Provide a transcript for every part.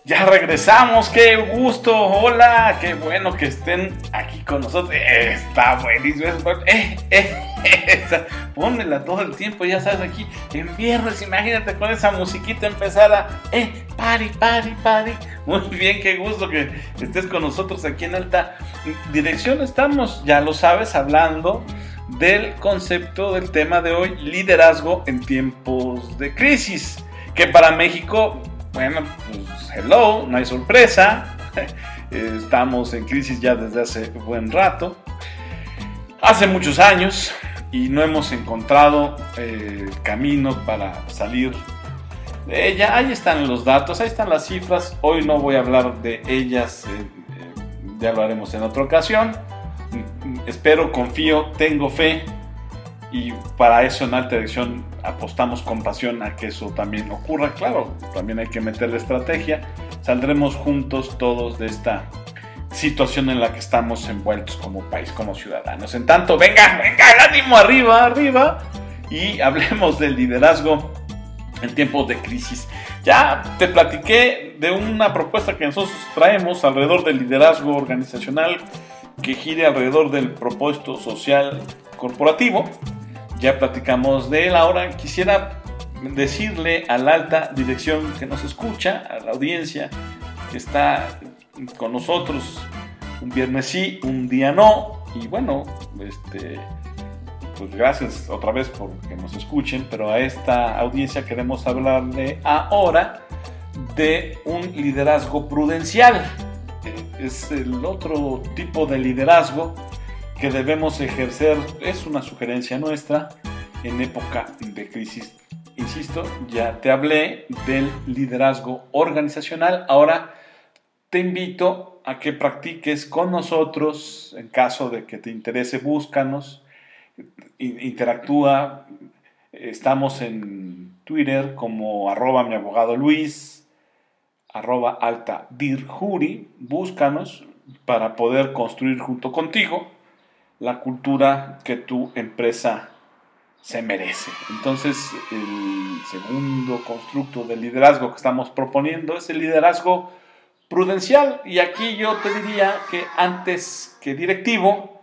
Ya regresamos, qué gusto, hola, qué bueno que estén aquí con nosotros. Está buenísimo, pónmela todo el tiempo, ya sabes, aquí en viernes, imagínate con esa musiquita empezar a, party. Muy bien, qué gusto que estés con nosotros aquí en Alta Dirección. Estamos, ya lo sabes, hablando del concepto del tema de hoy, liderazgo en tiempos de crisis, que para México, bueno, pues hello, no hay sorpresa, estamos en crisis ya desde hace buen rato, hace muchos años, y no hemos encontrado camino para salir de ella. Ahí están los datos, ahí están las cifras, hoy no voy a hablar de ellas, ya lo haremos en otra ocasión. Espero, confío, tengo fe, y para eso en Alta Dirección apostamos con pasión a que eso también ocurra. Claro, también hay que meterle estrategia. Saldremos juntos todos de esta situación en la que estamos envueltos como país, como ciudadanos. En tanto, venga, el ánimo arriba, y hablemos del liderazgo en tiempos de crisis. Ya te platiqué de una propuesta que nosotros traemos alrededor del liderazgo organizacional, que gire alrededor del propósito social corporativo. Ya platicamos de él. Ahora quisiera decirle a la Alta Dirección que nos escucha, a la audiencia que está con nosotros un viernes sí, un día no, y bueno, pues gracias otra vez por que nos escuchen, pero a esta audiencia queremos hablarle ahora de un liderazgo prudencial. Es el otro tipo de liderazgo que debemos ejercer, es una sugerencia nuestra en época de crisis. Insisto, ya te hablé del liderazgo organizacional, ahora te invito a que practiques con nosotros. En caso de que te interese, búscanos, interactúa. Estamos en Twitter como @miabogadoLuis, @altadirjuri. Búscanos para poder construir junto contigo la cultura que tu empresa se merece. Entonces, el segundo constructo de liderazgo que estamos proponiendo es el liderazgo prudencial. Y aquí yo te diría que antes que directiva,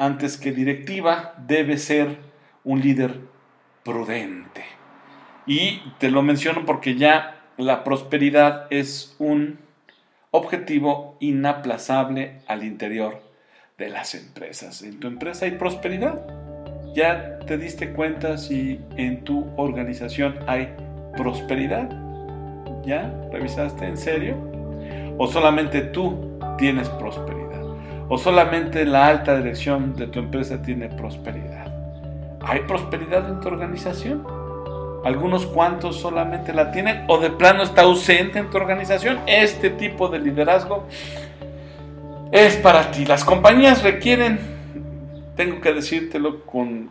debe ser un líder prudente. Y te lo menciono porque ya la prosperidad es un objetivo inaplazable al interior de las empresas. En tu empresa hay prosperidad. ¿Ya te diste cuenta si en tu organización hay prosperidad? ¿Ya revisaste en serio? ¿O solamente tú tienes prosperidad? ¿O solamente la alta dirección de tu empresa tiene prosperidad? ¿Hay prosperidad en tu organización? ¿Algunos cuantos solamente la tienen? ¿O de plano está ausente en tu organización? Este tipo de liderazgo es para ti. Las compañías requieren, tengo que decírtelo con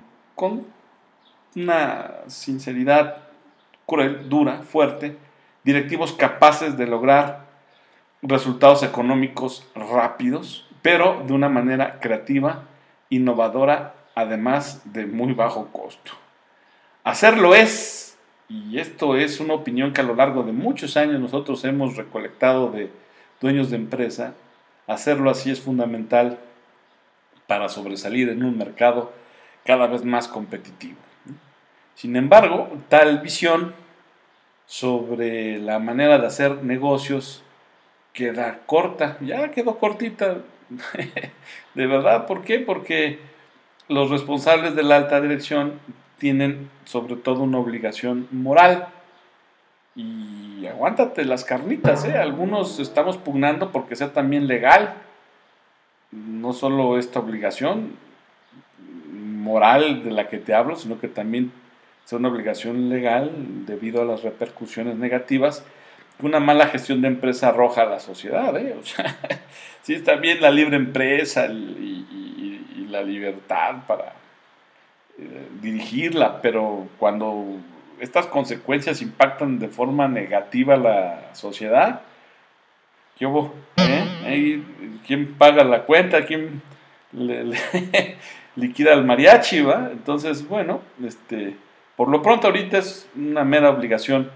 una sinceridad cruel, dura, fuerte, directivos capaces de lograr resultados económicos rápidos, pero de una manera creativa, innovadora, además de muy bajo costo. Hacerlo es, y esto es una opinión que a lo largo de muchos años nosotros hemos recolectado de dueños de empresa, hacerlo así es fundamental para sobresalir en un mercado cada vez más competitivo. Sin embargo, tal visión sobre la manera de hacer negocios queda corta, ya quedó cortita, de verdad. ¿Por qué? Porque los responsables de la alta dirección tienen sobre todo una obligación moral. Y aguántate las carnitas, algunos estamos pugnando porque sea también legal, no solo esta obligación moral de la que te hablo, sino que también sea una obligación legal debido a las repercusiones negativas que una mala gestión de empresa arroja a la sociedad. O sea, sí está bien la libre empresa y la libertad para dirigirla, pero cuando estas consecuencias impactan de forma negativa a la sociedad, ¿qué hubo? ¿Quién paga la cuenta? ¿Quién le liquida al mariachi, va? Entonces, bueno, por lo pronto ahorita es una mera obligación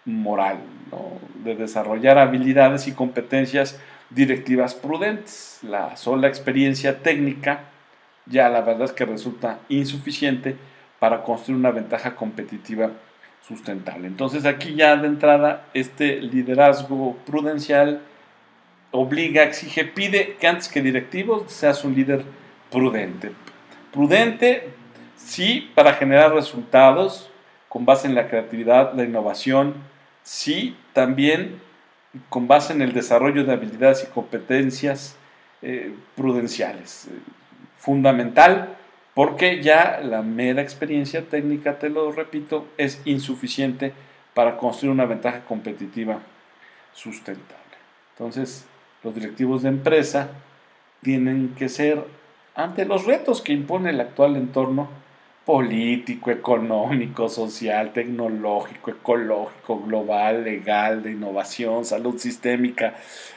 moral, ¿no? De desarrollar habilidades y competencias directivas prudentes. La sola experiencia técnica ya la verdad es que resulta insuficiente para construir una ventaja competitiva sustentable. Entonces aquí ya de entrada este liderazgo prudencial obliga, exige, pide que antes que directivo seas un líder prudente. Prudente, sí, para generar resultados con base en la creatividad, la innovación, sí, también con base en el desarrollo de habilidades y competencias prudenciales. Fundamental, porque ya la mera experiencia técnica, te lo repito, es insuficiente para construir una ventaja competitiva sustentable. Entonces, los directivos de empresa tienen que ser, ante los retos que impone el actual entorno político, económico, social, tecnológico, ecológico, global, legal, de innovación, salud sistémica,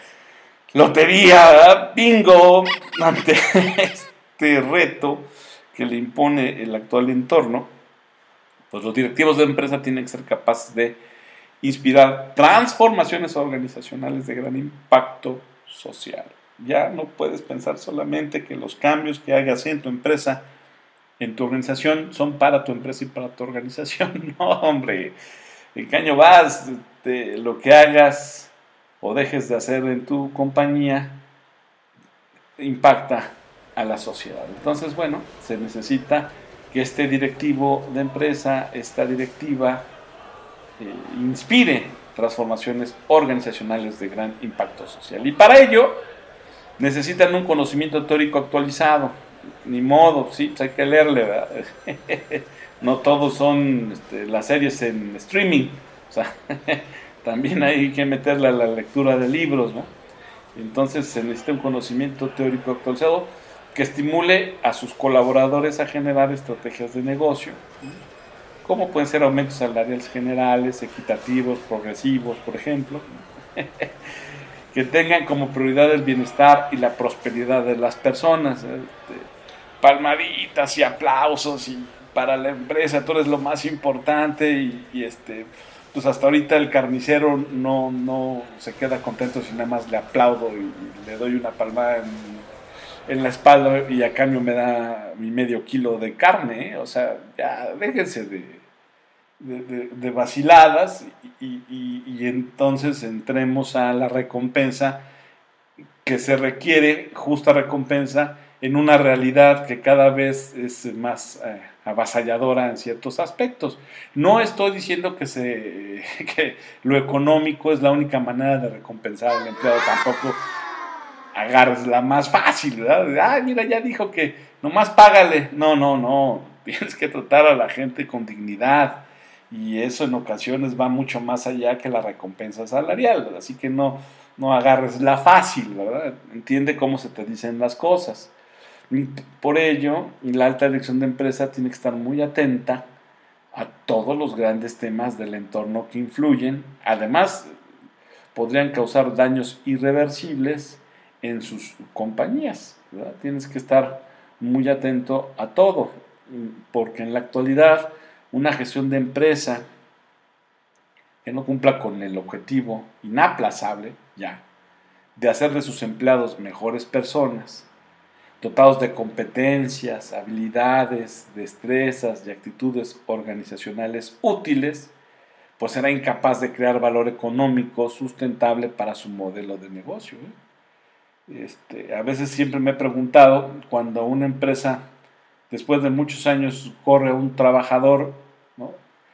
lotería, bingo, ante este reto que le impone el actual entorno, pues los directivos de empresa tienen que ser capaces de inspirar transformaciones organizacionales de gran impacto social. Ya no puedes pensar solamente que los cambios que hagas en tu empresa, en tu organización, son para tu empresa y para tu organización. No, hombre, ¿en qué año vas? Lo que hagas o dejes de hacer en tu compañía impacta a la sociedad. Entonces, bueno, se necesita que este directivo de empresa, esta directiva, inspire transformaciones organizacionales de gran impacto social. Y para ello necesitan un conocimiento teórico actualizado. Ni modo, sí, pues hay que leerle, ¿verdad? No todos son las series en streaming, o sea, también hay que meterle a la lectura de libros, ¿no? Entonces se necesita un conocimiento teórico actualizado que estimule a sus colaboradores a generar estrategias de negocio, como pueden ser aumentos salariales generales, equitativos, progresivos, por ejemplo, que tengan como prioridad el bienestar y la prosperidad de las personas. Palmaditas y aplausos y para la empresa tú eres lo más importante y pues hasta ahorita el carnicero no se queda contento si nada más le aplaudo y le doy una palmada en la espalda y a cambio me da mi medio kilo de carne, ¿eh? O sea, ya déjense de vaciladas y entonces entremos a la recompensa que se requiere, justa recompensa, en una realidad que cada vez es más avasalladora en ciertos aspectos. No estoy diciendo que lo económico es la única manera de recompensar al empleado, tampoco agarres la más fácil, ¿verdad? Ay, mira, ya dijo que nomás págale. No, tienes que tratar a la gente con dignidad y eso en ocasiones va mucho más allá que la recompensa salarial, ¿verdad? Así que no agarres la fácil, ¿verdad? Entiende cómo se te dicen las cosas. Por ello, la alta dirección de empresa tiene que estar muy atenta a todos los grandes temas del entorno que influyen. Además, podrían causar daños irreversibles en sus compañías, ¿verdad? Tienes que estar muy atento a todo, porque en la actualidad una gestión de empresa que no cumpla con el objetivo inaplazable ya de hacer de sus empleados mejores personas, dotados de competencias, habilidades, destrezas y actitudes organizacionales útiles, pues será incapaz de crear valor económico sustentable para su modelo de negocio, ¿eh? A veces siempre me he preguntado, cuando una empresa, después de muchos años, corre a un trabajador, ¿no?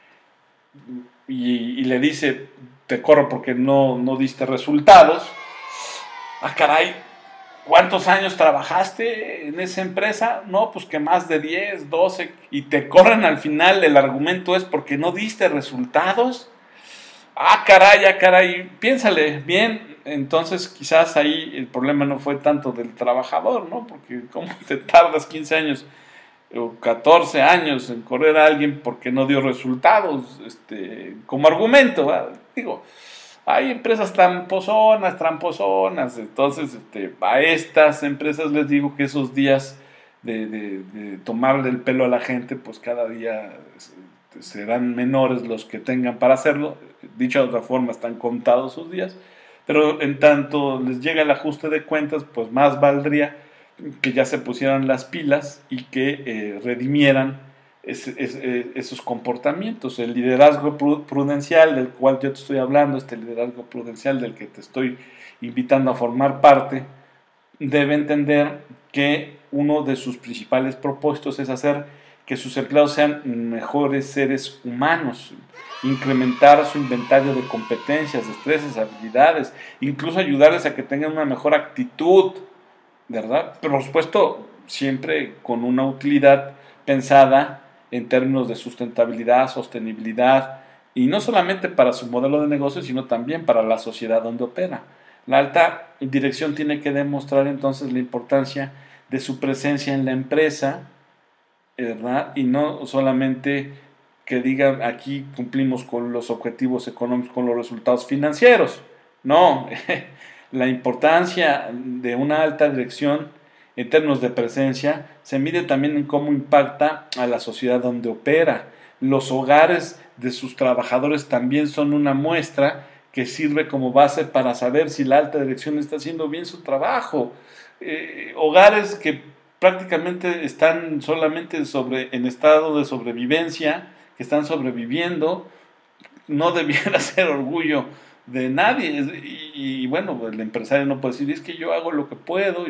y le dice, te corro porque no diste resultados. Ah, caray, ¿cuántos años trabajaste en esa empresa? No, pues que más de 10, 12, y te corren al final, el argumento es porque no diste resultados. Ah, caray, piénsale bien. Entonces quizás ahí el problema no fue tanto del trabajador, ¿no? Porque ¿cómo te tardas 15 años o 14 años en correr a alguien porque no dio resultados? Como argumento, ¿verdad? Digo, hay empresas tramposonas, entonces a estas empresas les digo que esos días de tomarle el pelo a la gente, pues cada día serán menores los que tengan para hacerlo. Dicho de otra forma, están contados sus días, pero en tanto les llega el ajuste de cuentas, pues más valdría que ya se pusieran las pilas y que redimieran esos comportamientos. El liderazgo prudencial del cual yo te estoy hablando, este liderazgo prudencial del que te estoy invitando a formar parte, debe entender que uno de sus principales propósitos es hacer que sus empleados sean mejores seres humanos, incrementar su inventario de competencias, destrezas, habilidades, incluso ayudarles a que tengan una mejor actitud, ¿verdad? Pero por supuesto, siempre con una utilidad pensada en términos de sustentabilidad, sostenibilidad, y no solamente para su modelo de negocio, sino también para la sociedad donde opera. La alta dirección tiene que demostrar entonces la importancia de su presencia en la empresa, ¿verdad? Y no solamente que digan aquí cumplimos con los objetivos económicos, con los resultados financieros. No, la importancia de una alta dirección en términos de presencia se mide también en cómo impacta a la sociedad donde opera. Los hogares de sus trabajadores también son una muestra que sirve como base para saber si la alta dirección está haciendo bien su trabajo. Hogares que prácticamente están solamente en estado de sobrevivencia, que están sobreviviendo, no debiera ser orgullo de nadie. Y bueno, el empresario no puede decir, es que yo hago lo que puedo,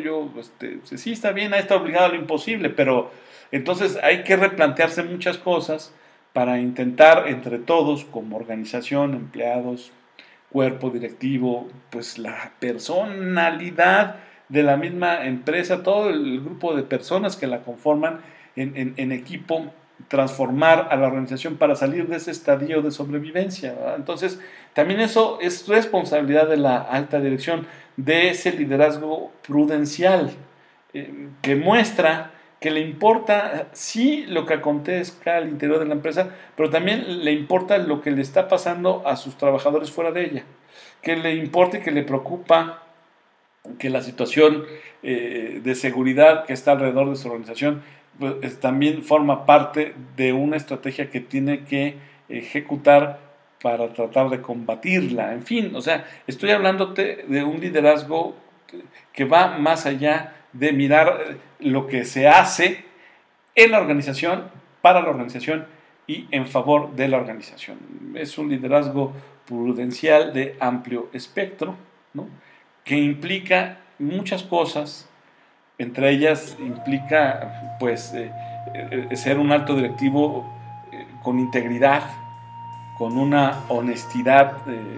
sí está bien, está obligado a lo imposible, pero entonces hay que replantearse muchas cosas para intentar entre todos, como organización, empleados, cuerpo directivo, pues la personalidad de la misma empresa, todo el grupo de personas que la conforman en equipo, transformar a la organización para salir de ese estadio de sobrevivencia, ¿verdad? Entonces, también eso es responsabilidad de la alta dirección, de ese liderazgo prudencial, que muestra que le importa sí lo que acontezca al interior de la empresa, pero también le importa lo que le está pasando a sus trabajadores fuera de ella, que le importa y que le preocupa que la situación de seguridad que está alrededor de su organización pues, también forma parte de una estrategia que tiene que ejecutar para tratar de combatirla. En fin, o sea, estoy hablándote de un liderazgo que va más allá de mirar lo que se hace en la organización, para la organización y en favor de la organización. Es un liderazgo prudencial de amplio espectro, ¿no? Que implica muchas cosas, entre ellas implica pues ser un alto directivo con integridad, con una honestidad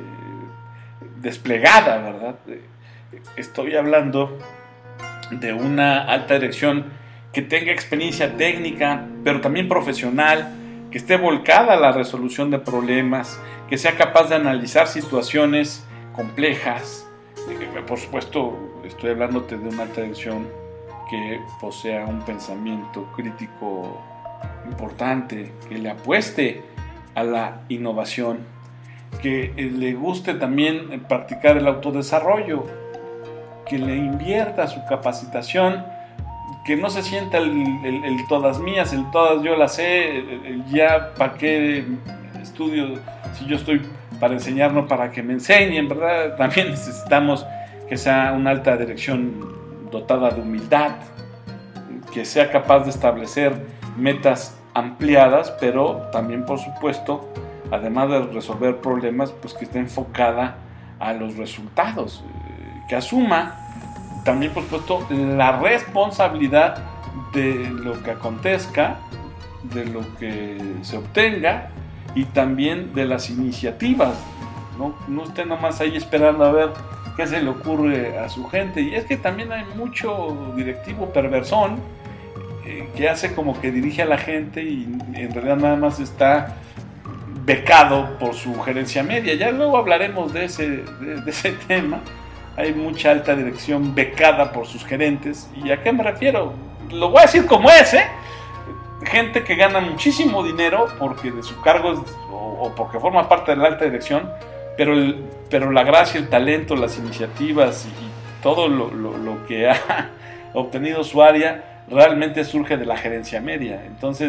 desplegada, ¿verdad? Estoy hablando de una alta dirección que tenga experiencia técnica, pero también profesional, que esté volcada a la resolución de problemas, que sea capaz de analizar situaciones complejas. Por supuesto, estoy hablándote de una alta dirección que posea un pensamiento crítico importante, que le apueste a la innovación, que le guste también practicar el autodesarrollo, que le invierta su capacitación, que no se sienta el todas mías, el todas yo las sé, el ya para qué estudio si yo estoy para enseñar, no para que me enseñen, ¿verdad? También necesitamos que sea una alta dirección dotada de humildad, que sea capaz de establecer metas ampliadas, pero también, por supuesto, además de resolver problemas, pues que esté enfocada a los resultados, que asuma también, por supuesto, la responsabilidad de lo que acontezca, de lo que se obtenga y también de las iniciativas. No esté nomás ahí esperando a ver qué se le ocurre a su gente. Y es que también hay mucho directivo perversón que hace como que dirige a la gente y en realidad nada más está becado por su gerencia media. Ya luego hablaremos de ese tema. Hay mucha alta dirección becada por sus gerentes. ¿Y a qué me refiero? Lo voy a decir como es, gente que gana muchísimo dinero porque de su cargo o porque forma parte de la alta dirección, pero la gracia, el talento, las iniciativas y todo lo que ha obtenido su área realmente surge de la gerencia media. Entonces,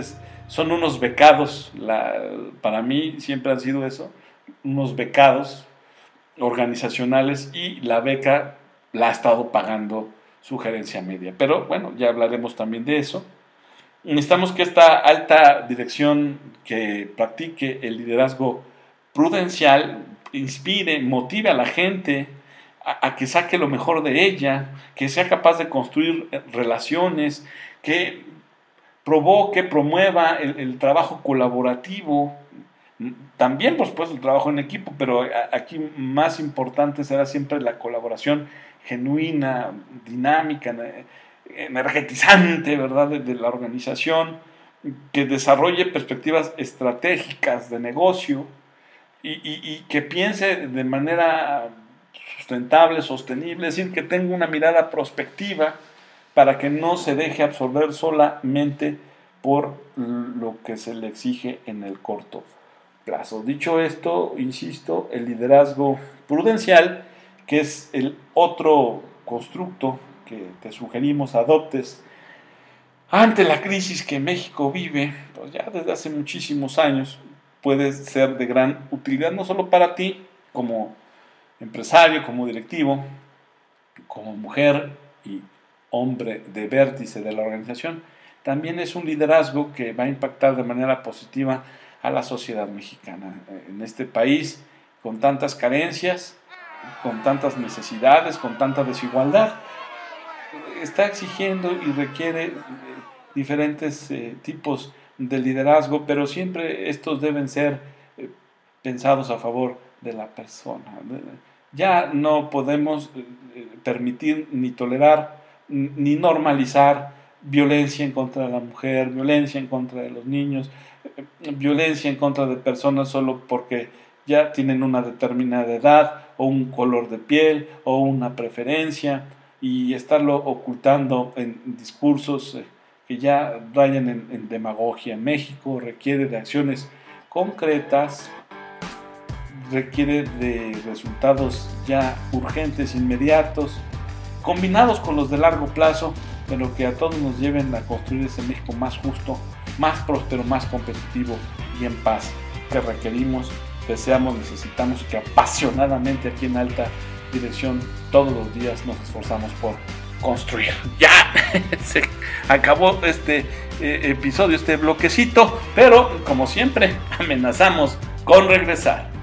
son unos becados, para mí siempre han sido eso, unos becados organizacionales, y la beca la ha estado pagando su gerencia media. Pero bueno, ya hablaremos también de eso. Necesitamos que esta alta dirección que practique el liderazgo prudencial inspire, motive a la gente a que saque lo mejor de ella, que sea capaz de construir relaciones, que provoque, promueva el trabajo colaborativo, también por supuesto el trabajo en equipo, pero aquí más importante será siempre la colaboración genuina, dinámica, energetizante, ¿verdad?, de la organización, que desarrolle perspectivas estratégicas de negocio y que piense de manera sustentable, sostenible, es decir, que tenga una mirada prospectiva para que no se deje absorber solamente por lo que se le exige en el corto plazo. Dicho esto, insisto, el liderazgo prudencial, que es el otro constructo que te sugerimos adoptes ante la crisis que México vive, pues ya desde hace muchísimos años, puede ser de gran utilidad no solo para ti como empresario, como directivo, como mujer y hombre de vértice de la organización. También es un liderazgo que va a impactar de manera positiva a la sociedad mexicana. En este país, con tantas carencias, con tantas necesidades, con tanta desigualdad, está exigiendo y requiere diferentes tipos de liderazgo, pero siempre estos deben ser pensados a favor de la persona. Ya no podemos permitir ni tolerar ni normalizar violencia en contra de la mujer, violencia en contra de los niños, violencia en contra de personas solo porque ya tienen una determinada edad o un color de piel o una preferencia, y estarlo ocultando en discursos que ya rayan en demagogia. México requiere de acciones concretas, requiere de resultados ya urgentes, inmediatos, combinados con los de largo plazo, pero que a todos nos lleven a construir ese México más justo, más próspero, más competitivo y en paz, que requerimos, deseamos, necesitamos, que apasionadamente aquí en Alta Dirección todos los días nos esforzamos por construir. Ya se acabó este episodio, este bloquecito, pero como siempre amenazamos con regresar.